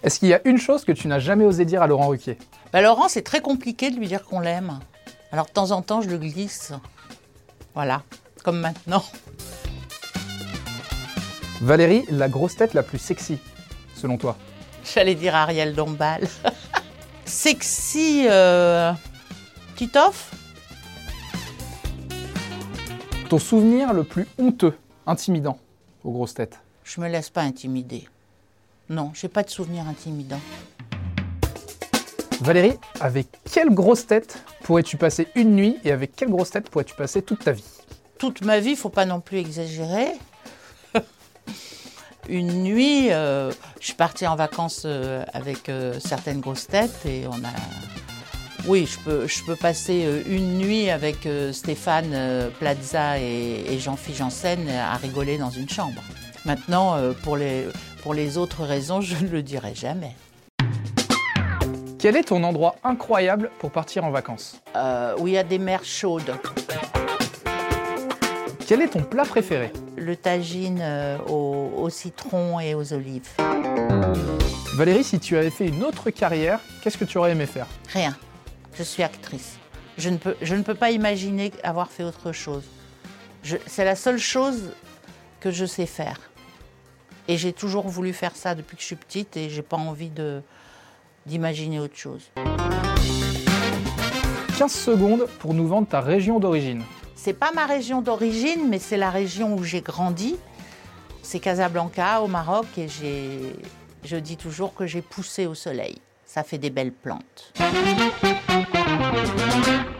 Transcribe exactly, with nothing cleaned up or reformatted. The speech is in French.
Est-ce qu'il y a une chose que tu n'as jamais osé dire à Laurent Ruquier? Bah, Laurent, c'est très compliqué de lui dire qu'on l'aime. Alors de temps en temps, je le glisse. Voilà, comme maintenant. Valérie, la grosse tête la plus sexy, selon toi? J'allais dire Ariel Dombal. Sexy, euh... Titoff. Ton souvenir le plus honteux, intimidant, aux grosses têtes? Je me laisse pas intimider. Non, j'ai pas de souvenir intimidant. Valérie, avec quelle grosse tête pourrais-tu passer une nuit et avec quelle grosse tête pourrais-tu passer toute ta vie? Toute ma vie, faut pas non plus exagérer. Une nuit, euh, je suis partie en vacances euh, avec euh, certaines grosses têtes et on a... Oui, je peux, je peux passer euh, une nuit avec euh, Stéphane euh, Plaza et, et Jean-Philippe Janssen à rigoler dans une chambre. Maintenant, euh, pour, les, pour les autres raisons, je ne le dirai jamais. Quel est ton endroit incroyable pour partir en vacances? Euh, où il y a des mers chaudes. Quel est ton plat préféré? Le tagine euh, au, au citron et aux olives. Valérie, si tu avais fait une autre carrière, qu'est-ce que tu aurais aimé faire? Rien. Je suis actrice. Je ne peux, je ne peux pas imaginer avoir fait autre chose. Je, c'est la seule chose que je sais faire. Et j'ai toujours voulu faire ça depuis que je suis petite et j'ai pas envie de, d'imaginer autre chose. quinze secondes pour nous vendre ta région d'origine. C'est pas ma région d'origine, mais c'est la région où j'ai grandi. C'est Casablanca, au Maroc, et j'ai, je dis toujours que j'ai poussé au soleil. Ça fait des belles plantes.